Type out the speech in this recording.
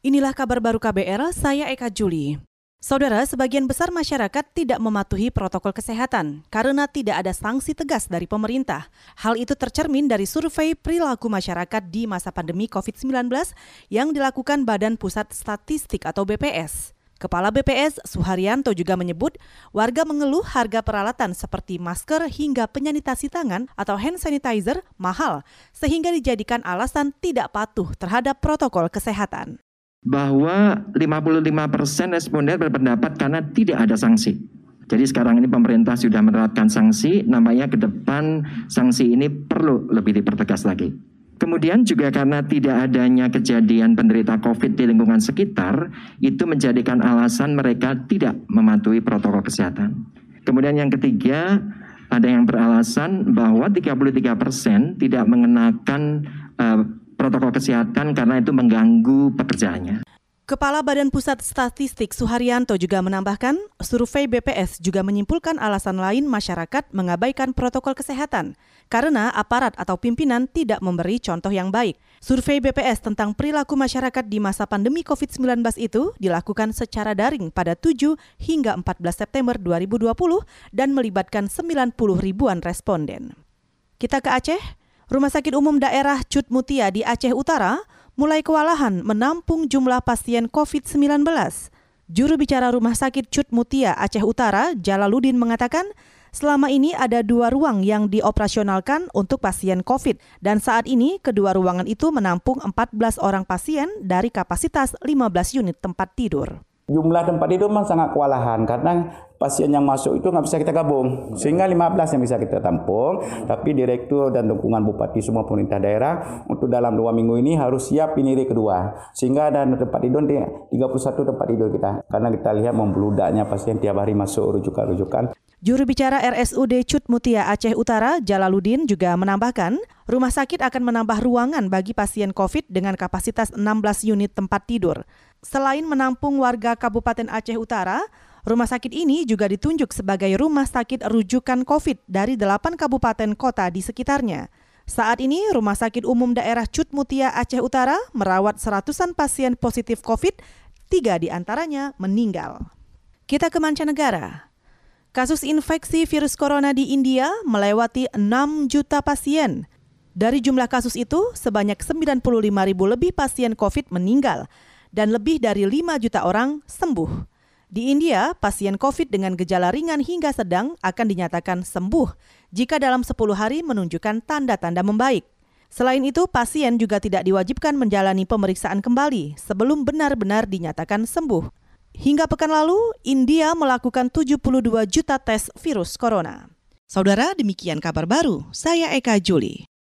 Inilah kabar baru KBR, saya Eka Juli. Saudara, sebagian besar masyarakat tidak mematuhi protokol kesehatan karena tidak ada sanksi tegas dari pemerintah. Hal itu tercermin dari survei perilaku masyarakat di masa pandemi COVID-19 yang dilakukan Badan Pusat Statistik atau BPS. Kepala BPS, Suharyanto, juga menyebut warga mengeluh harga peralatan seperti masker hingga penyanitasi tangan atau hand sanitizer mahal, sehingga dijadikan alasan tidak patuh terhadap protokol kesehatan. Bahwa 55% responden berpendapat karena tidak ada sanksi. Jadi sekarang ini pemerintah sudah menerapkan sanksi, nampaknya ke depan sanksi ini perlu lebih dipertegas lagi. Kemudian juga karena tidak adanya kejadian penderita COVID di lingkungan sekitar, itu menjadikan alasan mereka tidak mematuhi protokol kesehatan. Kemudian yang ketiga, ada yang beralasan bahwa 33% tidak mengenakan protokol kesehatan karena itu mengganggu pekerjaannya. Kepala Badan Pusat Statistik Suharyanto juga menambahkan, survei BPS juga menyimpulkan alasan lain masyarakat mengabaikan protokol kesehatan karena aparat atau pimpinan tidak memberi contoh yang baik. Survei BPS tentang perilaku masyarakat di masa pandemi COVID-19 itu dilakukan secara daring pada 7 hingga 14 September 2020 dan melibatkan 90 ribuan responden. Kita ke Aceh. Rumah Sakit Umum Daerah Cut Mutia di Aceh Utara mulai kewalahan menampung jumlah pasien COVID-19. Juru bicara Rumah Sakit Cut Mutia Aceh Utara, Jalaluddin, mengatakan selama ini ada 2 ruang yang dioperasionalkan untuk pasien COVID dan saat ini kedua ruangan itu menampung 14 orang pasien dari kapasitas 15 unit tempat tidur. Jumlah tempat tidur memang sangat kewalahan karena pasien yang masuk itu nggak bisa kita gabung. Sehingga 15 yang bisa kita tampung, tapi direktur dan dukungan bupati semua pemerintah daerah untuk dalam 2 minggu ini harus siap ini kedua. Sehingga ada tempat tidur 31 tempat tidur kita. Karena kita lihat membludaknya pasien tiap hari masuk rujukan-rujukan. Juru bicara RSUD Cut Mutia Aceh Utara, Jalaluddin, juga menambahkan, rumah sakit akan menambah ruangan bagi pasien COVID dengan kapasitas 16 unit tempat tidur. Selain menampung warga Kabupaten Aceh Utara, rumah sakit ini juga ditunjuk sebagai rumah sakit rujukan COVID dari 8 kabupaten kota di sekitarnya. Saat ini, Rumah Sakit Umum Daerah Cut Mutia Aceh Utara merawat 100-an pasien positif COVID, 3 diantaranya meninggal. Kita ke mancanegara. Kasus infeksi virus corona di India melewati 6 juta pasien. Dari jumlah kasus itu, sebanyak 95.000 lebih pasien COVID meninggal dan lebih dari 5 juta orang sembuh. Di India, pasien COVID dengan gejala ringan hingga sedang akan dinyatakan sembuh jika dalam 10 hari menunjukkan tanda-tanda membaik. Selain itu, pasien juga tidak diwajibkan menjalani pemeriksaan kembali sebelum benar-benar dinyatakan sembuh. Hingga pekan lalu, India melakukan 72 juta tes virus corona. Saudara, demikian kabar baru. Saya Eka Juli.